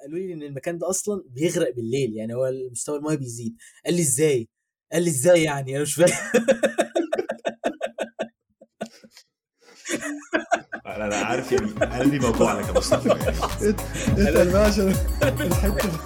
قالوا لي ان المكان ده اصلا بيغرق بالليل، يعني هو مستوى المايه بيزيد. قال لي ازاي؟ قال لي ازاي يعني؟ انا مش فاهم. انا عارف يعني قلبي موجوع لك يا مصطفى يعني. اتقل بقى عشان الحته دي.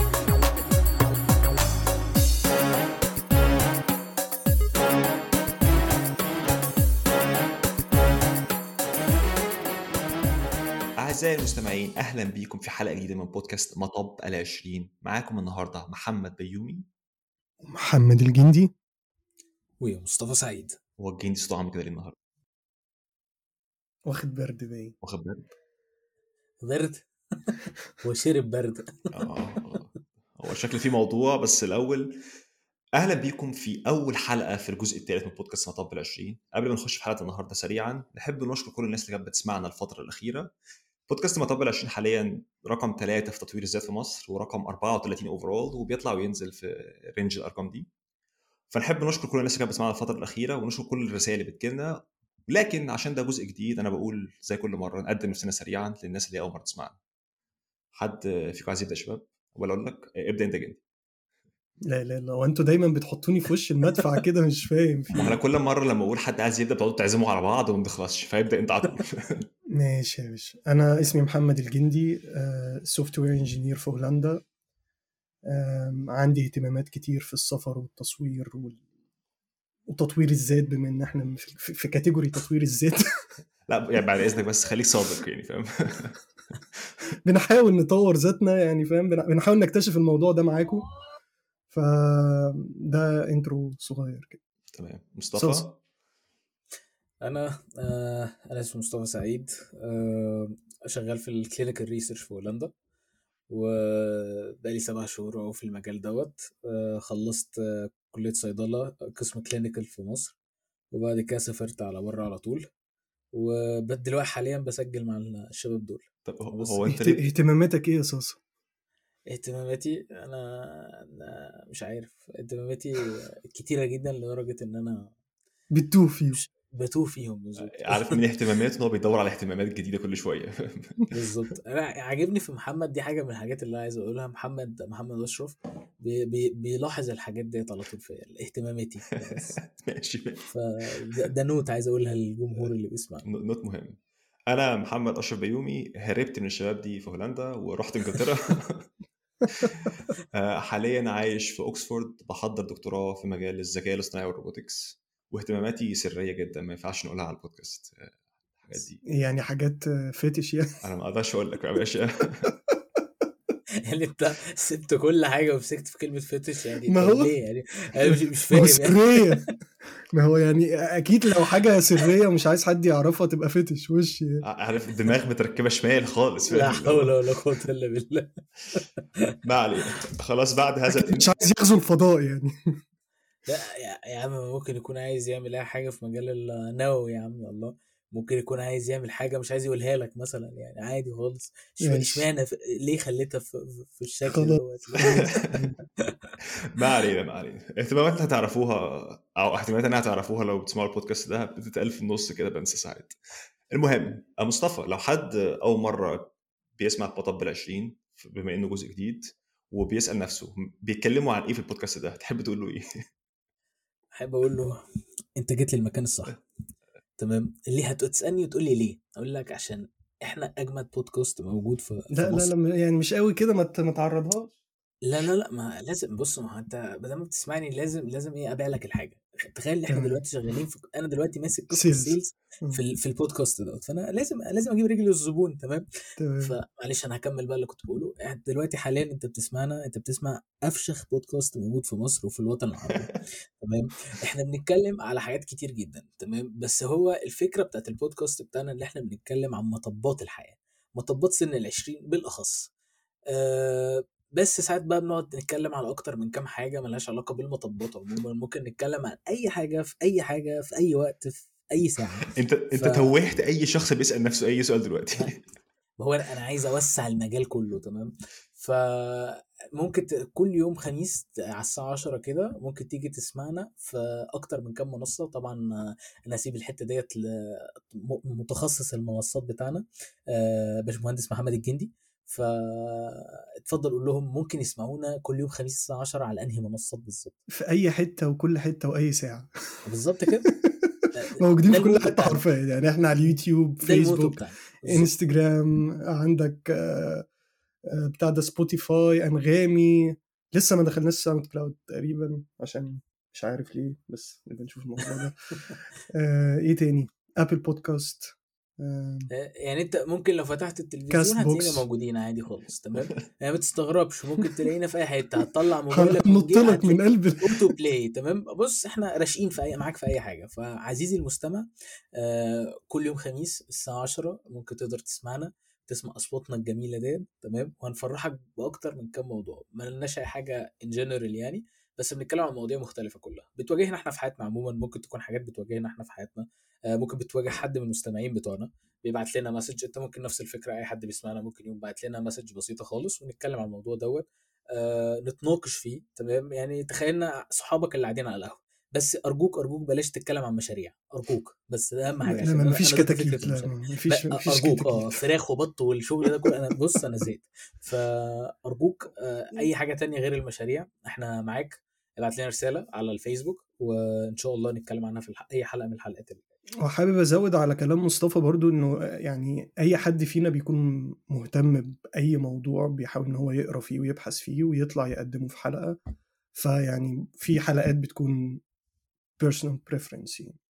أعزائي المستمعين، أهلا بيكم في حلقة جديدة من بودكاست مطب ال20. معاكم النهاردة محمد بيومي محمد الجندي ومصطفى سعيد. هو الجندي صوته عامل كده ليه النهاردة؟ واخد برد باين. واخد بالك؟ برد. هو شرب برد. هو شكل فيه موضوع. بس الأول أهلا بيكم في أول حلقة في الجزء الثالث من بودكاست مطب ال20. قبل ما نخش في حلقة النهاردة سريعا نحب نشكر كل الناس اللي كانت بتسمعنا الفترة الأخيرة. بودكاست مطب ال20 حاليا رقم 3 في تطوير الذات في مصر، ورقم 34 اوفرول، وبيطلع وينزل في رينج الارقام دي. فنحب نشكر كل الناس اللي كانت بتسمعنا الفتره الاخيره، ونشكر كل الرسائل اللي بتجيلنا. لكن عشان ده جزء جديد انا بقول زي كل مره نقدم نفسنا سريعا للناس اللي اول مره تسمعنا. حد فيكم عايز يبدا يا شباب ولا اقول لك ابدا انت جندي؟ لا لا لا، وانتوا دايما بتحطوني في وش المدفع كده، مش فاهم ما انا فيه. كل مره لما اقول حد عايز يبدا بتقعدوا تعزموا على بعض وما بنخلصش، فيبدا انت على طول. ماشي يا باشا، انا اسمي محمد الجندي، سوفت وير انجينير في هولندا. عندي اهتمامات كتير في السفر والتصوير وتطوير الذات، بما ان احنا في كاتيجوري تطوير الذات. لا يعني بعد اذنك بس خليك صادق يعني، فاهم؟ بنحاول نطور ذاتنا يعني، فاهم، بنحاول نكتشف الموضوع ده معاكم. فده انترو صغير كده. تمام. صوص. مصطفى. انا اسمي مصطفى سعيد. شغال في الكلينيكال ريسيرش في هولندا، وبقالي 7 شهور اهو في المجال دوت. خلصت كلية صيدلة قسم كلينيكال في مصر، وبعد كده سافرت على بره على طول، ودلوقتي حاليا بسجل مع الشباب دول. طب بس هو انت ليه اهتماماتك ايه يا صوص؟ اهتماماتي أنا مش عارف. اهتماماتي كتيرة جدا لدرجة ان انا بتوه فيه. مش بتوه فيهم. بالظبط. عارف من اهتماماته ان هو بيدور على اهتمامات جديده كل شويه؟ بالظبط. انا عاجبني في محمد، دي حاجه من الحاجات اللي عايز اقولها. محمد اشرف بيلاحظ الحاجات ديت على طول في اهتماماتي بس. ماشي. فده نوت عايز اقولها للجمهور اللي بيسمع. نوت مهم. انا محمد اشرف بيومي، هربت من الشباب دي في هولندا ورحت انجلترا. حاليا عايش في اوكسفورد، بحضر دكتوراه في مجال الذكاء الاصطناعي والروبوتكس، واهتماماتي سريه جدا ما ينفعش نقولها على البودكاست. الحاجات دي يعني حاجات فيتش يعني. انا ما اقدرش اقول لك يا باشا. يعني انت سبت كل حاجه ومسكت في كلمه فتش يعني؟ ما طب هو ليه يعني؟ انا مش ما هو فاهم يعني. سرية. ما هو يعني اكيد لو حاجة سرية مش عايز حد يعرفها تبقى فتش وش يعني. عارف الدماغ متركبه شمال خالص، لا فاهم اللي هو. حول ولا قوه الا بالله. ما علينا. خلاص بعد هذا اكيد مش عايز يغزو الفضاء يعني. لا يا عم، ممكن يكون عايز يعمل اي حاجه في مجال النووي يا عم الله. ممكن يكون عايز يعمل حاجه مش عايز يقولها لك مثلا، يعني عادي خالص. ماشي اشمعنى ليه خليتها في الشكل خلاص دوت؟ خلاص. ما علينا ما علينا. اهتماماتنا هتعرفوها، او اهتماماتنا هتعرفوها لو بتسمعوا البودكاست ده. بتتقال في النص كده بنسى ساعات. المهم مصطفى، لو حد اول مره بيسمع مطب ال20 بما انه جزء جديد وبيسال نفسه بيتكلموا عن ايه في البودكاست ده، تحب تقول له ايه؟ احب اقول له انت جيت للمكان الصح. تمام. ليه هتسالني وتقول لي ليه؟ اقول لك عشان احنا اجمد بودكاست موجود في لا لا مصر. لا، يعني مش قوي كده، ما تعرضهاش. لا ما لازم. بص، ما هو انت بدل ما بتسمعني لازم ايه ابيع لك الحاجه. تخيل ان احنا تمام. دلوقتي شغالين انا دلوقتي ماسك قسم سيلز. السيلز في البودكاست دوت، فانا لازم اجيب رجلي للزبون. تمام. تمام. فمعلش انا هكمل بقى اللي كنت بقوله. يعني دلوقتي حاليا انت بتسمعنا، انت بتسمع افشخ بودكاست موجود في مصر وفي الوطن العربي. تمام. احنا بنتكلم على حاجات كتير جدا. تمام. بس هو الفكره بتاعت البودكاست بتاعنا اللي احنا بنتكلم عن مطبات الحياه، مطبات سن ال20 بالاخص. بس ساعات بقى بنقعد نتكلم على اكتر من كام حاجه ملهاش علاقه بالمطبات عموما. ممكن نتكلم عن اي حاجه في اي حاجه في اي وقت في اي ساعه. انت توهت اي شخص بيسال نفسه اي سؤال دلوقتي. هو انا عايز اوسع المجال كله. تمام. فممكن كل يوم خميس على الساعه 10 كده ممكن تيجي تسمعنا في اكتر من كام منصه. طبعا انا هسيب الحته ديت لمتخصص المنصات بتاعنا، باشمهندس محمد الجندي. اتفضل قول لهم ممكن يسمعونا كل يوم خميس الساعه 10 على انهي منصات بالظبط. في اي حته وكل حته واي ساعه. بالظبط كده. موجودين ده في كل الموتو حته بتاعنا، حرفيا، يعني احنا على اليوتيوب، ده الموتو فيسبوك، بتاعنا بالظبط. انستجرام، عندك بتاع ده سبوتيفاي، انغامي. لسه ما دخلناش ساوند كلاود تقريبا عشان مش عارف ليه، بس نبقى نشوف الموضوع ده. ايه تاني؟ ابل بودكاست، يعني انت ممكن لو فتحت التلفزيون كاست هتلاقينا بوكس. موجودين عادي خالص، تمام. يعني ما تستغربش، ممكن تلاقينا في اي حته، هتطلع موبايلك من هنط جيب لك من هتلاقي قلب اوتو بلاي، تمام. بص احنا راشقين في اي معاك في اي حاجه. فعزيزي المستمع، كل يوم خميس الساعه 10 ممكن تقدر تسمعنا، تسمع اصواتنا الجميله دي، تمام. وهنفرحك باكتر من كام موضوع، ما لناش اي حاجه ان جنرال يعني، بس بنتكلم عن مواضيع مختلفه كلها بتواجهنا احنا في حياتنا عموما. ممكن تكون حاجات بتواجهنا احنا في حياتنا، ممكن بتواجه حد من المستمعين بتوعنا بيبعت لنا مسج. انت ممكن نفس الفكره، اي حد بيسمعنا ممكن يقوم بعت لنا مسج بسيطه خالص ونتكلم عن الموضوع دوت، نتناقش فيه، تمام. يعني تخيلنا صحابك اللي قاعدين على القهوه، بس ارجوك ارجوك بلاش تتكلم عن مشاريع، ارجوك. بس ده اهم حاجه لا، عشان ما انا فيش ضد فكره كتاكيت، لا المشاريع. ما فيش ارجوك، كتاكيت. فراخ وبط والشغل ده كله انا بص انا زهقت. فارجوك اي حاجه تانية غير المشاريع احنا معاك. ابعت لنا رساله على الفيسبوك وان شاء الله نتكلم عنها في اي حلقه من الحلقات اللي. وحابب ازود على كلام مصطفى برضو، انه يعني اي حد فينا بيكون مهتم باي موضوع بيحاول ان هو يقرا فيه ويبحث فيه ويطلع يقدمه في حلقة. فيعني في حلقات بتكون personal preference يعني.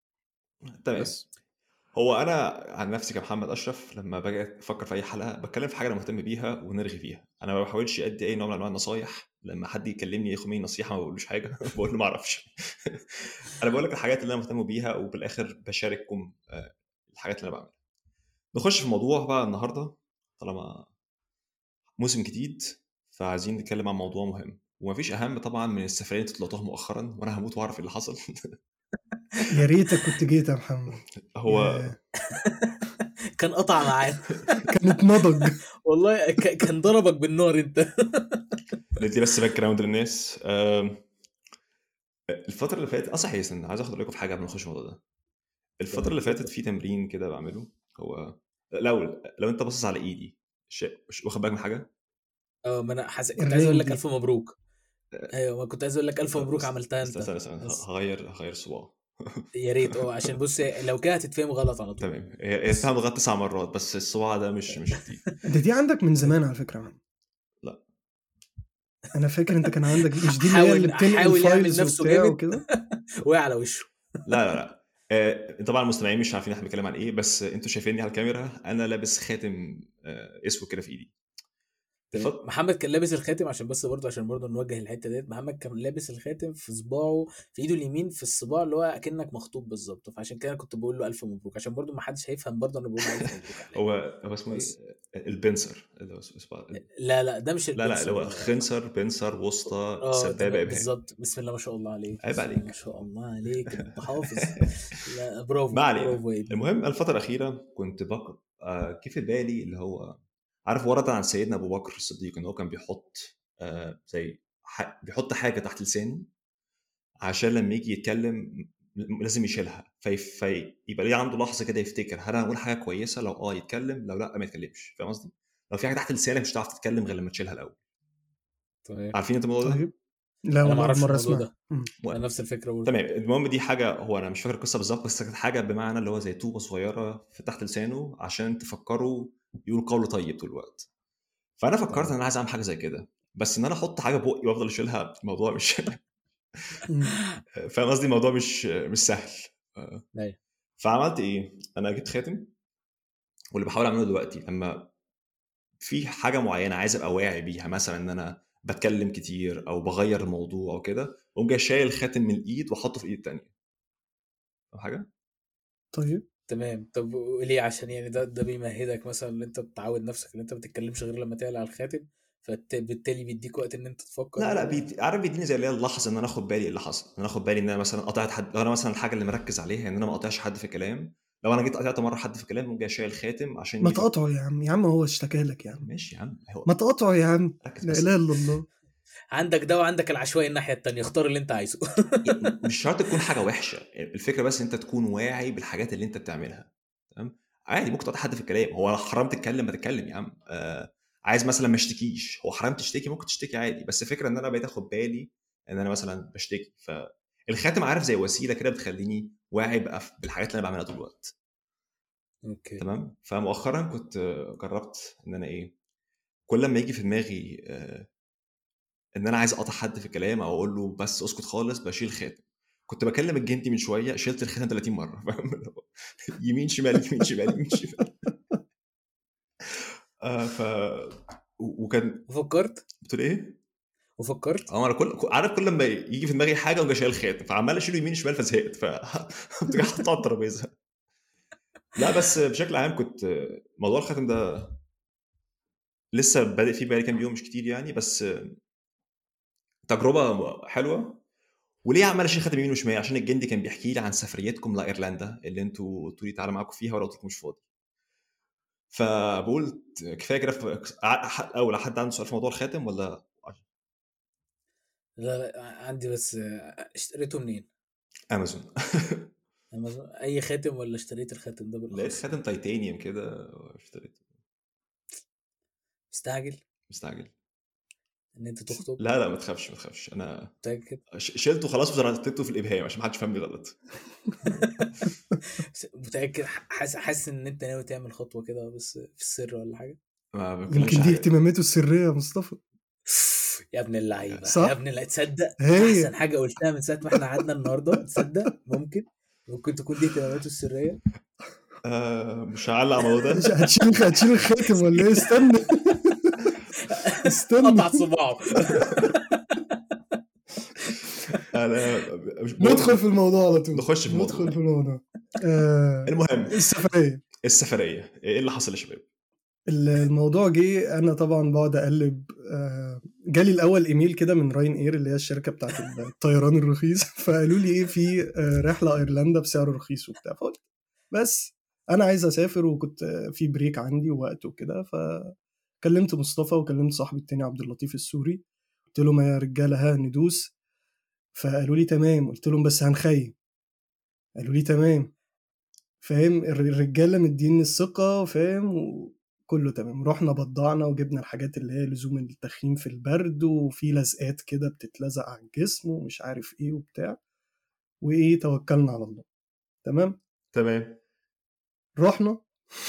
تمام. بس هو انا عن نفسي كمحمد اشرف لما باجي افكر في اي حلقه بتكلم في حاجه انا مهتم بيها ونرغي فيها. انا ما بحاولش ادي اي نوع من انواع النصايح. لما حد يكلمني ياخد مني نصيحه ما بقولوش حاجه بقول له ما اعرفش. انا بقول لك الحاجات اللي انا مهتم بيها وبالاخر بشارككم الحاجات اللي انا بعملها. نخش في الموضوع بقى النهارده. طالما موسم جديد فعايزين نتكلم عن موضوع مهم، ومفيش اهم طبعا من السفرين اللي طلعتوها مؤخرا وانا هموت واعرف ايه اللي حصل. يا ريتك كنت جيت يا محمد. هو كان قطع معانا. كانت نضج. والله كان ضربك بالنار انت. ندي بس باك جراوند للناس. الفترة اللي فاتت صحيح استنى عايز اخد رايكم في حاجة قبل ما نخش الموضوع ده. الفترة اللي فاتت في تمرين كده بعمله. هو لو انت باصص على ايدي مش واخد بالك من حاجة. ما انا كنت عايز اقول الرينج لك دي الف مبروك. ايوه، ما كنت عايز اقول لك الف طب مبروك بس عملتها انت. استنى بس هغير صباع. يا ريت، عشان بص لو كده هتتفهم غلط على طول. تمام. هي بس اتهم لغاية 9 مرات بس الصباع ده مش جديد. دي عندك من زمان على فكرة يا محمد. لا انا فاكر انت كان عندك، مش دي اللي هي اللي حاول بتنقل حاول يعمل فايلز نفسه وبتاع جامد وكده. وقع على وشه. لا طبعا المستمعين مش عارفين احنا بنتكلم عن ايه، بس انتوا شايفيني على الكاميرا انا لابس خاتم اسود كده في ايدي. تمام. محمد كان لابس الخاتم عشان برضه نوجه الحته ديت. محمد كان لابس الخاتم في صباعه، في ايده اليمين، في الصباع اللي هو اكنك مخطوب بالظبط. فعشان كده كنت بقول له الف مبروك، عشان برضه ما حدش هيفهم برضه انا بقول له الف مبروك عليه. هو اسمه بس ايه؟ البنسر اللي هو لا ده مش لا اللي البنسر، هو لا لا لا. خنصر بنسر وسطى سبابه تمام ابهام. بالظبط. بسم الله ما شاء الله عليك، عيب بسم الله ما عليك. شاء الله عليك، انت حافظ. لا ما برافو علينا. برافو يا ابني. المهم الفتره الاخيره كنت بقرا كيف في بالي اللي هو عارف ورد عن سيدنا ابو بكر الصديق ان هو كان بيحط زي بيحط حاجه تحت لسانه عشان لما يجي يتكلم لازم يشيلها فيبقى ليه عنده لحظه كده يفتكر هل انا اقول حاجه كويسه لو يتكلم لو لا ما يتكلمش. فاهم قصدي؟ لو في حاجه تحت لسانك مش هتعرف تتكلم غير لما تشيلها الاول. تمام. عارفين انت الموضوع ده؟ طيب لا انا ما والله أول اعرفش مرة الموضوع اسمع. ده. انا نفس الفكره برضه. تمام. المهم دي حاجه هو انا مش فاكر القصه بالظبط بس كانت حاجه بمعنى اللي هو زي طوبه صغيره في تحت لسانه عشان تفكروا يقول قول طيب طول الوقت. فانا فكرت ان تمام. انا عايز اعمل حاجه زي كده بس ان انا احط حاجه بقي وافضل اشيلها الموضوع مش فاهم قصدي؟ الموضوع مش سهل. ايوه فعملت ايه؟ انا جبت خاتم واللي بحاول اعمله دلوقتي لما في حاجه معينه عايز ابقى واعي بيها مثلا ان انا بتكلم كتير او بغير الموضوع او كده اقوم جاي شايل الخاتم من الايد واحطه في الايد التانيه او حاجه. طيب تمام. طب ليه؟ عشان يعني ده بيمهدك مثلا ان انت بتعود نفسك ان انت ما تتكلمش غير لما تعلى على الخاتم، فبالتالي بيديك وقت ان انت تفكر لا ولا؟ عارف بيديني زي اللي هي اللحظه ان انا اخد بالي ايه اللي حصل. ان انا اخد بالي ان انا مثلا قطعت حد. لو انا مثلا الحاجه اللي مركز عليها ان انا ما اقطعش حد في الكلام. لو انا جيت قطعت مره حد في الكلام اقوم جاي شايل الخاتم عشان ما يفكر. تقاطعه يا عم هو اشتكى لك يا عم. ماشي يا عم هو ما تقاطعه يا عم، ركز لا بس. اله الا الله. عندك ده وعندك العشوائي الناحية التانية، اختار اللي انت عايزه. مش شرط تكون حاجه وحشه. الفكره بس انت تكون واعي بالحاجات اللي انت بتعملها. تمام. عادي ممكن تقطع حد في الكلام. هو حرام تتكلم ما تتكلم يا عم. عايز مثلا ما اشتكيش، هو حرام تشتكي، ممكن تشتكي عادي، بس فكره ان انا بقيت اخد بالي ان انا مثلا بشتكي. فالخاتم عارف زي وسيله كده بتخليني واعي بقى بالحاجات اللي انا بعملها طول الوقت. اوكي. تمام. فمؤخرا كنت جربت ان انا ايه، كل ما يجي في دماغي ان انا عايز اقطع حد في الكلام او اقول له بس اسكت خالص، بشيل خاتم. كنت بكلم الجندي من شويه، شلت الخاتم 30 مره فاهم؟ يمين شمال يمين شمال يمين شمال. ف وكان وفكرت بتقول ايه؟ وفكرت انا عارف كل لما يجي في دماغي حاجه وجا شايل الخاتم، فعمال اشيله يمين شمال فزهقت قمت جاي حاطه على الترابيزه. لا بس بشكل عام كنت موضوع الخاتم ده لسه بادئ فيه بقالي كام يوم، مش كتير يعني، بس تجربه حلوه. وليه عمال اشيل خاتم يمين وشمال؟ عشان الجندي كان بيحكي لي عن سفريتكم لايرلندا اللي انتوا قلتوا لي تعالى معاكم فيها، ولا قلت لكم مش فاضي. فبقول كفايه كده. اول حد عنده سؤال في موضوع الخاتم ولا؟ لا لا عندي، بس اشتريته منين؟ امازون. امازون؟ اي خاتم ولا اشتريت الخاتم ده لقيت بالاخص؟ خاتم تيتانيوم كده اشتريته. مستعجل مستعجل. ان انت تخطب؟ لا لا، ما تخافش ما تخافش، انا متاكد؟ شلته خلاص وزرعته في الابهام عشان ما حدش يفهمني غلط. متاكد؟ حاسس ان انت ناوي تعمل خطوه كده بس في السر ولا حاجه؟ ما بتكلمش يمكن دي حاجه. اهتماماته السرية يا مصطفى. يا ابن اللعيبه، يا صح. ابن اللعيبه، تصدق هي احسن حاجه قلتها من ساعه ما احنا قعدنا النهارده؟ تصدق ممكن تكون دي اهتماماته السريه. مش هعلق على الموضوع ده. هتشيل الخاتم ولا ايه؟ استنى استنى قطع صباعه. انا ندخل في الموضوع على طول. نخش في الموضوع. ندخل في الموضوع. المهم، السفرية. السفريه ايه اللي حصل يا شباب؟ الموضوع جه، انا طبعا بقعد اقلب. جالي الاول ايميل كده من راين اير اللي هي الشركه بتاعت الطيران الرخيص. فقالوا لي ايه، في رحله ايرلندا بسعر رخيص وبتاع. فقلت بس انا عايز اسافر، وكنت في بريك عندي ووقت وكده. فكلمت مصطفى وكلمت صاحبي التاني عبد اللطيف السوري، قلت لهم يا رجاله ها ندوس. فقالوا لي تمام. قلت لهم بس هنخيم. قالوا لي تمام. فاهم، الرجاله مديني الثقه، فاهم، وكله تمام. رحنا بضعنا وجبنا الحاجات اللي هي لزوم التخييم في البرد، وفي لزقات كده بتتلزق على الجسم ومش عارف ايه وبتاع، وايه توكلنا على الله. تمام. تمام. رحنا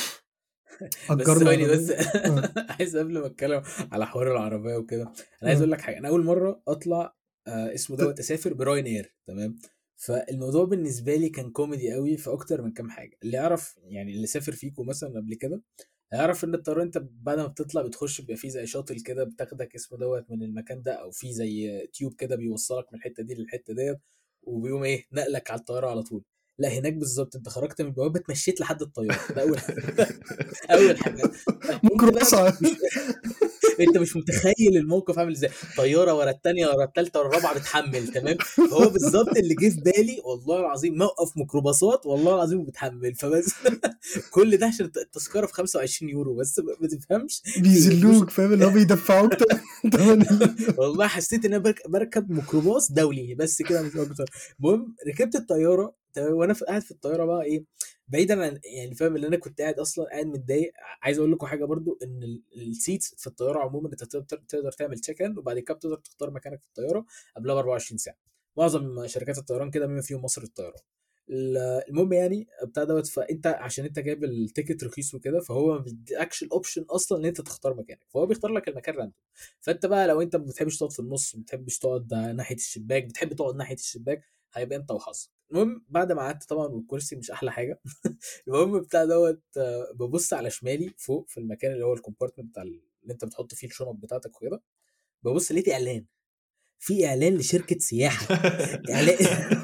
بس اجرنا ثواني بس. عربيه. عايز قبل ما اتكلم على حوار العربيه وكده، انا عايز آه. اقول لك حاجه. انا اول مره اطلع اسمه دوت اسافر براين اير، تمام؟ فالموضوع بالنسبه لي كان كوميدي قوي في اكتر من كام حاجه. اللي يعرف يعني، اللي سافر فيكم مثلا قبل كده، هيعرف ان الطيران انت بعد ما بتطلع بتخش بيبقى فيه زي شاطل كده بتاخدك اسمه دوت من المكان ده، او في زي تيوب كده بيوصلك من الحته دي للحته ديت، وبيقوم ايه نقلك على الطياره على طول. لا هناك بالظبط انت خرجت من البوابه اتمشيت لحد الطياره، ده اول حاجه. اول حاجه. انت بقى ميكروباص. مش انت مش متخيل الموقف عامل ازاي، طياره ورا الثانيه ورا الثالثه ورا الرابعه بتحمل، تمام؟ فهو بالظبط اللي جه في بالي، والله العظيم موقف ميكروباصات والله العظيم بتحمل، فبس. كل ده عشان التذكره ب 25 يورو بس، ما تفهمش في ايه فلوس. بيذلوك، فاهم، اللي هو بيدفعوك تمن والله حسيت ان انا بركب ميكروباص دولي بس كده مش اكتر. المهم ركبت الطياره، تمام؟ وانا قاعد في الطياره بقى ايه، بعيدا عن يعني فاهم اللي انا كنت قاعد اصلا قاعد متضايق. عايز اقول لكم حاجه برضو، ان السيتس في الطياره عموما انت تقدر تعمل تشيك ان، وبعد كده بتقدر تختار مكانك في الطياره قبلها ب 24 ساعه. معظم شركات الطيران كده بما فيهم مصر الطيران. المهم يعني بتاع دوت، فانت عشان انت جايب التيكت رخيص وكده، فهو ما بيديكش الاوبشن اصلا ان انت تختار مكانك، فهو بيختار لك المكان راندوم. فانت بقى لو انت ما بتحبش تقعد في النص، ما بتحبش تقعد ناحيه الشباك، بتحب تقعد ناحيه الشباك، هيبقى انت وحظك. المهم بعد ما قعدت طبعا، والكرسي مش احلى حاجه. المهم بتاع دوت ببص على شمالي فوق في المكان اللي هو الكومبارتمنت بتاع اللي انت بتحط فيه الشنط بتاعتك وكده، ببص لقيت اعلان، في اعلان لشركه سياحه. اعلان.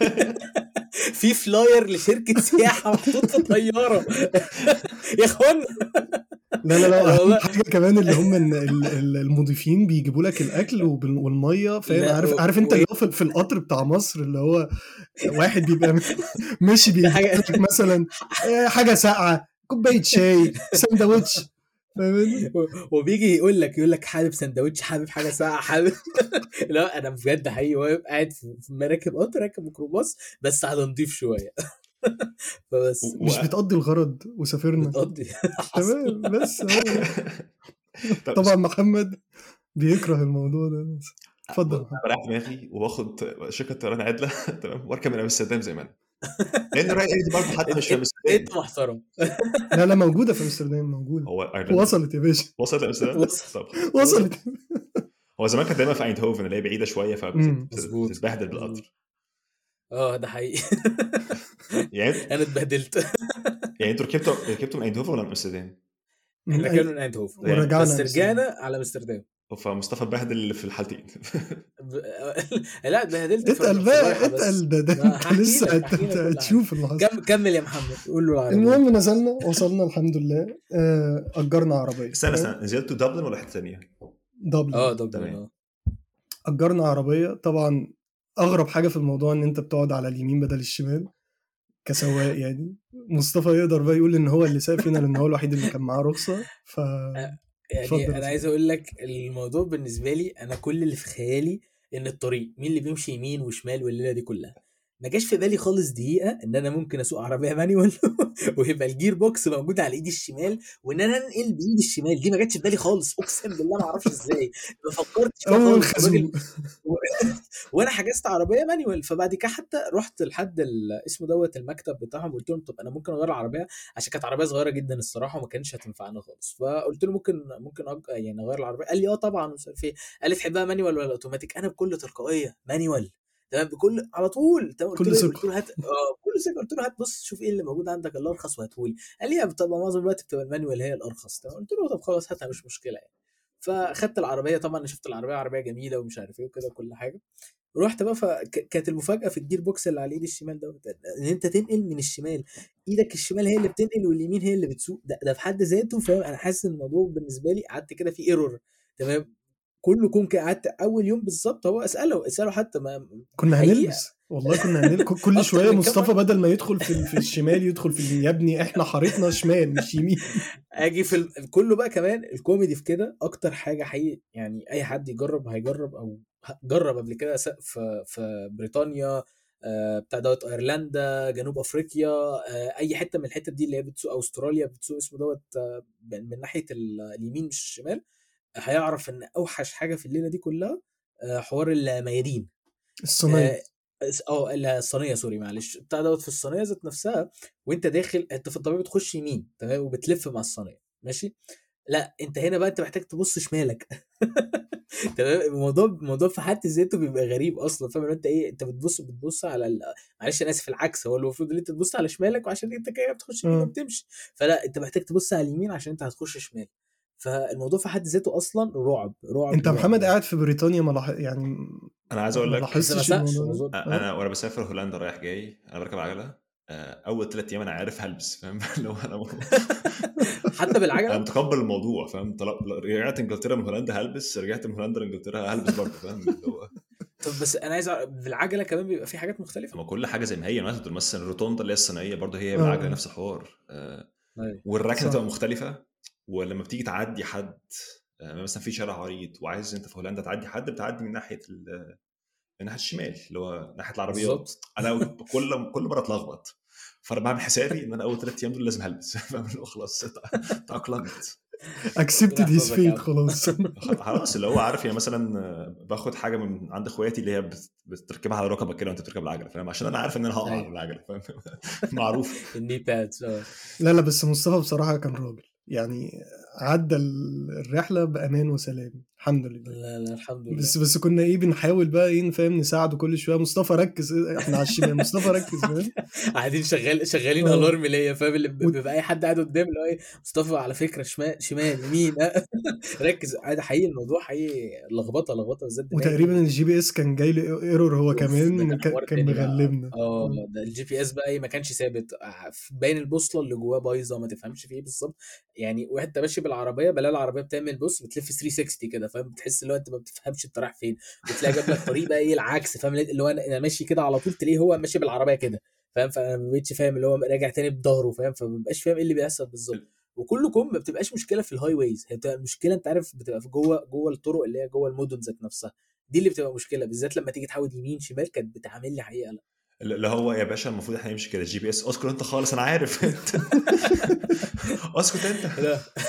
في فلاير لشركه سياحه محطوط في طياره. يا اخوانا. لا لا انا لا، اهم والله حاجه كمان اللي هم المضيفين بيجيبوا لك الاكل والميه، فاهم. لا عارف انت اللي هو في القطر بتاع مصر، اللي هو واحد بيبقى ماشي ده بيجيب حاجه. لك مثلا حاجه ساقعه، كوبايه شاي، سندوتش، فاهم. وبيجي يقول لك حابب سندوتش، حابب حاجه ساقعه، حابب. لا انا بجد حقيقي واقف قاعد في مراكب قطر، راكب ميكروباص بس على نضيف شويه. فبس مش بتقضي الغرض وسافرنا. بتقضي. حصل. تمام، بس هو ده. طبعا محمد بيكره الموضوع ده. اتفضل محمد. بريح دماغي وباخد شركه طيران عدله تمام واركب من امستردام زي ما انا، لان رايي دي برضه حتى مش في امستردام. انت محترم. لا موجوده في امستردام، موجوده. هو ايرلندا وصلت يا باشا، وصلت لامستردام. وصل. طب خلاص. وصلت. هو زمان كانت دايما في ايندهوفن اللي هي بعيده شويه مظبوط. فبتتبهدل بالقطر. ده حقيقي. يعني انا اتبهدلت. يعني انتوا ركبتوا من ايندهوفن ولا من امستردام؟ احنا كنا من ايندهوفن ورجعنا بس رجعنا على امستردام. فمصطفى اتبهدل في الحالتين. لا اتبهدلت اتقل بقى، اتقل ده انت لسه هتشوف اللي حصل. كمل يا محمد، قول له العربية. المهم نزلنا، وصلنا الحمد لله. اجرنا عربيه. استنى نزلتوا دبلن ولا حته ثانيه؟ دبلن. دبلن. اجرنا عربيه. طبعا اغرب حاجه في الموضوع ان انت بتقعد على اليمين بدل الشمال كسواق. يعني مصطفى يقدر بقى يقول ان هو اللي ساق فينا لان هو الوحيد اللي كان معاه رخصه. يعني انا عايز اقول لك الموضوع بالنسبه لي، انا كل اللي في خيالي ان الطريق مين اللي بيمشي يمين وشمال والليله دي كلها. ما جاش في بالي خالص دقيقه ان انا ممكن اسوق عربيه مانيوال ويبقى الجير بوكس موجود على ايدي الشمال وان انا انقل بايدي الشمال. دي ما جاتش في بالي خالص، اقسم بالله ما اعرفش ازاي ما فكرتش فيها خالص. وانا حجزت عربيه مانيوال. فبعد كده حتى رحت لحد اسمه دوت المكتب بتاعهم، قلت لهم طب انا ممكن اغير العربيه، عشان كانت عربيه صغيره جدا الصراحه وما كانش هتنفعنا خالص. فقلت له ممكن يعني اغير العربيه. قال لي طبعا مش عارف ايه. قال لي تحبها مانيوال ولا اوتوماتيك؟ انا بكل تلقائيه مانيوال تمام، بكل على طول تمام. قلت له هات بكل ثقه. قلت له هات بص شوف ايه اللي موجود عندك الارخص وهاتهولي. قال لي بتبقى معظم الوقت بتبقى المانيوال هي الارخص تمام. قلت له طب خلاص هاتها مش مشكله يعني. فاخدت العربيه. طبعا انا شفت العربيه عربيه جميله ومش عارف ايه وكده كل حاجه. رحت بقى فكانت المفاجاه في الجير بوكس اللي على ايد الشمال ده ان انت تنقل من الشمال. ايدك الشمال هي اللي بتنقل واليمين هي اللي بتسوق. ده في حد ذاته فاهم. انا حاسس ان الموضوع بالنسبه لي قعدت كده في ايرور تمام. كله كون قعدت اول يوم بالظبط هو اساله حتى ما كنا هنلبس والله. كنا هنلبس كل شويه مصطفى بدل ما يدخل في الشمال يدخل في اليمين. يا ابني احنا حارتنا شمال مش يمين. اجي في كله بقى كمان الكوميدي في كده اكتر حاجه حقيقي. يعني اي حد يجرب هيجرب او جرب قبل كده في بريطانيا بتاع دوت ايرلندا جنوب افريقيا اي حته من الحتت دي اللي هي بتسوق استراليا بتسوق اسمه دوت من ناحيه اليمين مش الشمال. هيعرف ان اوحش حاجه في الليله دي كلها حوار الميادين الصينيه. الصينيه سوري معلش بتاع دوت في الصينيه ذات نفسها. وانت داخل انت في الطبيعي بتخش يمين تمام وبتلف مع الصينيه ماشي. لا انت هنا بقى انت محتاج تبص شمالك. تمام. الموضوع في حد ذاته بيبقى غريب اصلا فاهم. انت ايه انت بتبص على معلش انا اسف العكس. هو المفروض ان انت تبص على شمالك وعشان انت كده بتخش يمين وبتمشي. فلا انت محتاج تبص على اليمين عشان انت هتخش شمال. فالموضوع في حد ذاته اصلا رعب. انت محمد قاعد في بريطانيا يعني انا عايز اقول لك انا وانا بسافر هولندا رايح جاي انا بركب عجله اول 3 ايام انا عارف هلبس فاهم. لو انا حتى بالعجله انا متقبل الموضوع فاهم. رجعت انجلترا من هولندا هلبس، رجعت من هولندا لانجلترا هلبس برضه فاهم. طب بس انا عايز بالعجله كمان بيبقى في حاجات مختلفه. ما كل حاجه زي ما هي مثلا الروتوندا اللي هي الصينيه برضه هي بالعجله نفس الحوار والركنه تبقى مختلفه. ولما بتيجي تعدي حد مثلا في شارع عريض وعايز انت في هولندا تعدي حد بتعدي من ناحيه الشمال اللي هو ناحيه العربيات. انا كل مره اتلخبط. فانا بعمل حسابي ان انا اول 3 ايام دول لازم هلبس فاهم. خلاص تاقلمت accepted his fate خلاص. اللي هو عارف يعني مثلا باخد حاجه من عند اخواتي اللي هي بتركبها على ركبك كده وانت بتركب العجله فاهم. عشان انا عارف ان انا هقع بالعجله فاهم. معروف الني بادز. لا بس مصطفى بصراحه كان راجل يعني. عدى الرحله بامان وسلام الحمد لله. لا الحمد لله. بس كنا بنحاول بقى نفهم نساعده كل شويه. مصطفى ركز احنا على الشمال. مصطفى ركز فاهم. قاعدين شغالين الارم ليا فاهم. اللي بيبقى اي حد قاعد قدام اللي هو مصطفى على فكره شمال يمين ركز. عادي حقيقي الموضوع حقيقي لخبطه بالذات. وتقريبا الجي بي اس كان جاي له ايرور هو كمان كان مغلبنا. ده الجي بي اس بقى ما كانش ثابت. باين البوصله اللي جواه بايظه ما تفهمش فيه بالظبط يعني. وانت ماشي بالعربيه بلا العربيه بتعمل بص بتلف 360 كده فاهم. بتحس اللي هو انت ما بتفهمش انت رايح فين. بتلاقي جاب لك طريق بقى العكس فاهم. اللي هو انا ماشي كده على طول تلاقيه هو ماشي بالعربيه كده فاهم. فانا ما بقتش فاهم اللي هو راجع تاني بظهره فاهم. فما بقاش فاهم ايه اللي بيحصل بالظبط. وكلكم ما بتبقاش مشكله في الهاي ويز. هي بتبقى المشكله انت عارف بتبقى في جوه الطرق اللي هي جوه المدن ذات نفسها. دي اللي بتبقى مشكله بالذات لما تيجي تحاول يمين شمال. كانت بتعمل لي حقيقه لا اللي هو يا باشا المفروض احنا نمشي كده. الجي بي اس اسكت انت خالص انا عارف انت اسكت انت. لا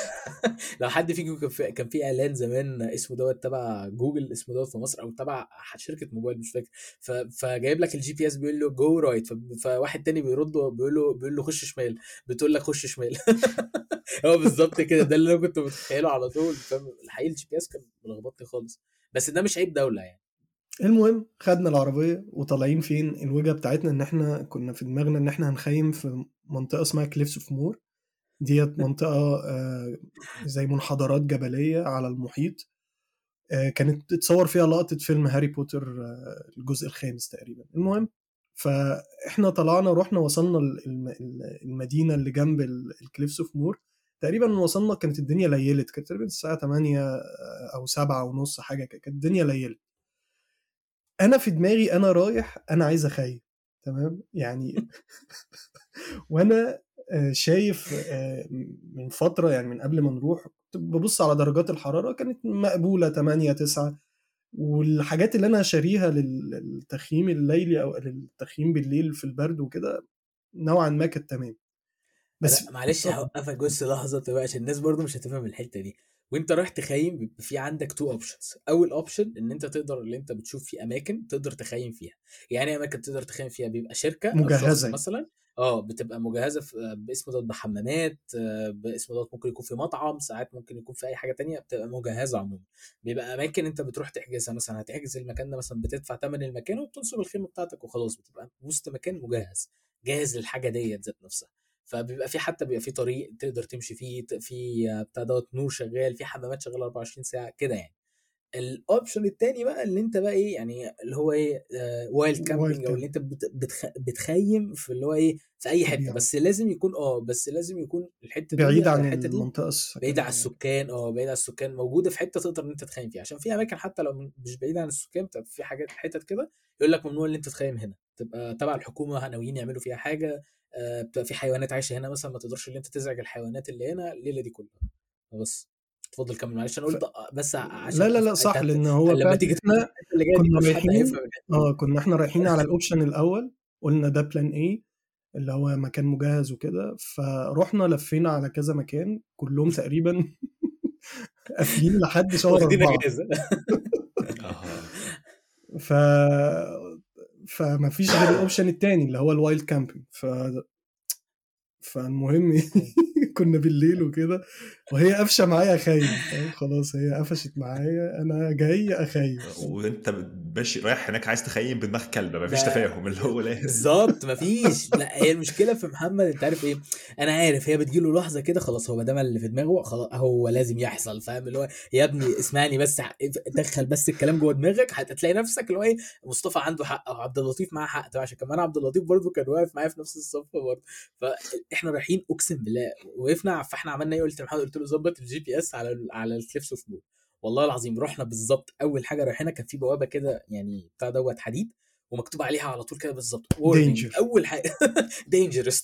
لو حد فيكم كان في اعلان زمان اسمه دوت تبع جوجل، اسمه دوت في مصر او تبع شركه موبايل مش فاكر، فجايب لك الجي بي اس بيقول له جو رايت، فواحد تاني بيرد بيقول له خش شمال، بتقول لك خش شمال. هو بالظبط كده، ده اللي انا كنت متخيله على طول، فاهم؟ الحقيقه الجي بي اس كان ملخبطني خالص، بس ده مش عيب دوله يعني. المهم خدنا العربية وطالعين فين. الوجهة بتاعتنا ان احنا كنا في دماغنا ان احنا هنخيم في منطقة اسمها كليفس اوف مور. ديت منطقة زي منحدرات جبلية على المحيط. كانت تتصور فيها لقطة فيلم هاري بوتر الجزء الخامس تقريبا. المهم فاحنا طلعنا رحنا وصلنا المدينة اللي جنب الكليفس اوف مور. تقريبا وصلنا كانت الدنيا ليلت، كانت تقريبا الساعة 8 أو 7 ونص حاجة كده، كانت الدنيا ليلت. أنا في دماغي أنا رايح أنا عايز أخيم، تمام يعني. وأنا شايف من فترة يعني من قبل ما نروح كنت ببص على درجات الحرارة كانت مقبولة 8 9، والحاجات اللي أنا شاريها للتخييم الليلي أو للتخييم بالليل في البرد وكده نوعا ما كانت تمام. انا بس معلش هوقفك بس لحظه بقى عشان الناس برضو مش هتفهم الحته دي. وانت رايح تخيم بيبقى في عندك تو اوبشنز. اول اوبشن ان انت تقدر، اللي انت بتشوف في اماكن تقدر تخيم فيها. يعني اماكن تقدر تخيم فيها بيبقى شركه او شخص مجهزة. مثلا، بتبقى مجهزه باسم دوت بحمامات، باسم دوت ممكن يكون في مطعم، ساعات ممكن يكون في اي حاجه تانية بتبقى مجهزه عموما. بيبقى اماكن انت بتروح تحجزها، مثلا هتحجز المكان ده مثلا بتدفع ثمن المكان وبتنصب الخيمه بتاعتك وخلاص، بتبقى وسط مكان مجهز جاهز للحاجه ديت ذات نفسها. فبيبقى في حتى بيبقى في طريق تقدر تمشي فيه، في بتاع دوت نور شغال، في حمامات شغاله 24 ساعه كده يعني. الاوبشن التاني بقى اللي انت بقى ايه يعني، اللي هو ايه، وايلد وايلد كامبينج، او اللي كامب. انت بتخيم في اللي هو ايه في اي حته، طبيعة. بس لازم يكون الحته دي بعيد او عن الحته دي المنطقة بعيدة عن السكنية يعني. السكان، بعيدة عن السكان، موجودة في حتة تقدر ان انت تخيم فيها، عشان في اماكن حتى لو مش بعيدة عن السكان بتبقى في حاجات حتت كده يقول لك ممنوع ان انت تخيم هنا، تبقى تبع الحكومة ناويين يعملوا فيها حاجة. بتبقى في حيوانات عايشة هنا مثلا، ما تقدرش ان انت تزعج الحيوانات اللي هنا الليلة دي كلها. بس اتفضل كمل، معلش انا ف... قلت بس لا عشان لا لا صح، لأن هو لما فعلا تيجي تقول احنا الحتة اللي جاية دي كنا مش حد رايحين. هيفهم. كنا احنا رايحين على الاوبشن الاول، قلنا ده بلان ايه اللي هو مكان مجهز وكده. فروحنا لفينا على كذا مكان كلهم تقريبا قافلين لحد شهر واخدين 4. اجازة. اها. ف فما فيش غير الاوبشن التاني اللي هو الوايلد كامبينج. فالمهم كنا بالليل وكده، وهي قافشه معايا اخيم، فاهم؟ خلاص هي قفشت معايا انا جاي اخيم، فاهم؟ وانت ماشي رايح هناك عايز تخيم بدماغ كلبه، مفيش ده تفاهم اللي هو لا. بالظبط مفيش. لا هي المشكله في محمد، انت عارف ايه، انا عارف هي بتجيله لحظه كده خلاص، هو ده اللي في دماغه خلاص هو لازم يحصل، فاهم؟ اللي هو يا ابني اسمعني بس، دخل بس الكلام جوه دماغك هتلاقي نفسك اللي هو ايه، مصطفى عنده حق او عبد اللطيف معاه حق. طبعا عشان كمان عبد اللطيف برضه كان واقف معايا في نفس الصف برضه. فاحنا رايحين اقسم بالله وقفنا، فاحنا عملنا ايه، قلت لمحمد قلت له ظبط الجي بي اس على الكليفس اوف مود. والله العظيم رحنا بالظبط اول حاجه رايحينها كان في بوابه كده يعني بتاع دوت حديد، ومكتوب عليها على طول كده بالظبط وورنينج دينجر. اول حاجه. دينجرس.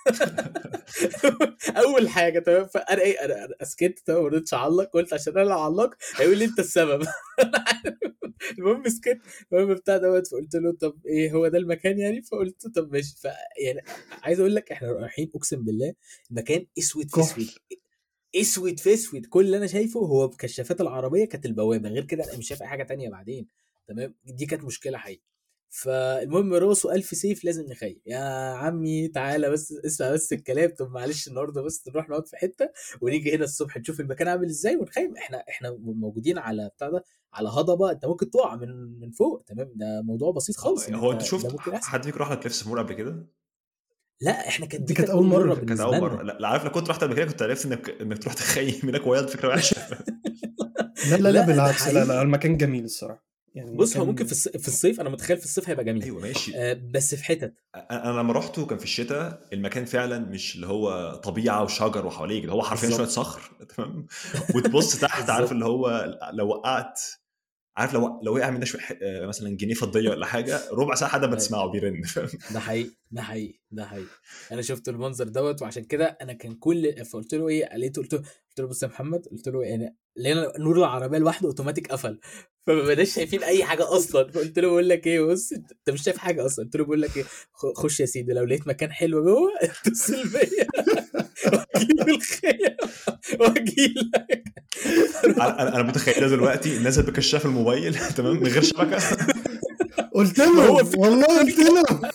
اول حاجه تمام. فانا ايه، انا اسكت تمام، ما رضيتش اعلق، قلت عشان انا لو علقت هيقول لي انت السبب. المهم سكت. المهم بتاع دوت، فقلت له طب ايه هو ده المكان يعني، فقلت طب ماشي. يعني عايز اقول لك احنا رايحين اقسم بالله المكان اسود في كحل. اسود، اسود في اسود، كل اللي انا شايفه هو بكشافات العربيه كانت البوابه، غير كده انا مش شايف اي حاجه تانية بعدين. تمام، دي كانت مشكله حقيقي. فالمهم راسه ألف سيف لازم نخيم يا عمي، تعالى بس اسمع بس الكلام، طب معلش النهارده بس نروح نقعد في حته ونيجي هنا الصبح نشوف المكان عامل ازاي ونخيم. احنا موجودين على بتاع ده، على هضبه انت ممكن تقع من فوق، تمام، ده موضوع بسيط خالص ان هو انت انت ده شفت ممكن يحصل. حد فيكم راح لكليفس مور قبل كده؟ لا احنا كانت دي دي كانت كانت اول اول مره مره. كانت بالنسبه اول لنا. مره. لا عارف، لو كنت رحت قبل كده كنت عرفت انك تروح تخيم هناك، وهي فكره وحشه. لا لا لا لا ده بالعكس، لا لا حقيقي. المكان جميل الصراحه، يعني بص هو ممكن المكان في الصيف، انا متخيل في الصيف هيبقى جميل، ايوه ماشي. بس في حتت. انا لما رحته كان في الشتاء، المكان فعلا مش اللي هو طبيعه وشجر وحواليك، هو حرفيا شويه بالظبط. صخر تمام. وتبص تحت، عارف اللي بالظبط. هو لو وقعت، عارف لو وقع منك شويه مثلا جنيه فضيه ولا حاجه، ربع ساعه حد ما أيوة. تسمعه بيرن، فاهم؟ ده حقيقي، ده حقيقي، ده حقيقي. انا شفت المنظر دوت، وعشان كده انا كان كل فقلت له ايه، قلت له قلت له بص يا محمد، قلت له يعني لقينا نور العربيه لوحده اوتوماتيك قفل، فما بقناش شايفين اي حاجه اصلا. فقلت له بقول لك ايه، بص انت مش شايف حاجه اصلا. قلت له بقول لك ايه، خش يا سيدي، لو لقيت مكان حلو جوه اتصل بيا واجيب الخيم واجيلك. انا متخيل ده دلوقتي نازل بكشاف الموبايل تمام من غير شبكه. قلت ما هو لهم والله قلت لهم.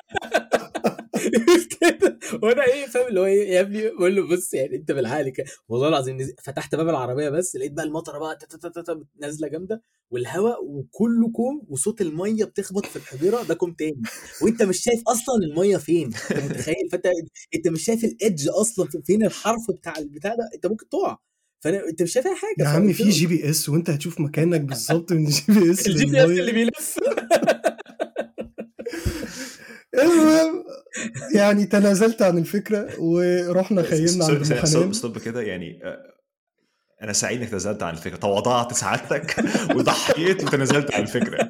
كده. وانا ايه فاهم اللي هو ايه يا ابني، بقول له بص يعني انت بالعقل كده والله العظيم. فتحت باب العربيه بس لقيت بقى المطره بقى نازله جامده، والهواء وكله كوم، وصوت الميه بتخبط في الحجره ده كوم تاني، وانت مش شايف اصلا الميه فين، انت متخيل؟ انت مش شايف الادج اصلا فين الحرف بتاع البتاع ده، انت ممكن تقع، انت مش شايف اي حاجه. يا عم فقلت في له جي بي اس وانت هتشوف مكانك بالظبط من الجي بي اس الجي بي اس اللي للميه. بيلف. المهم يعني تنازلت عن الفكره ورحنا خيمنا عند ام حنان. ستوب كده يعني. انا سعيد انك تنازلت عن الفكره، تواضعت سعادتك وضحيت وتنازلت عن الفكره.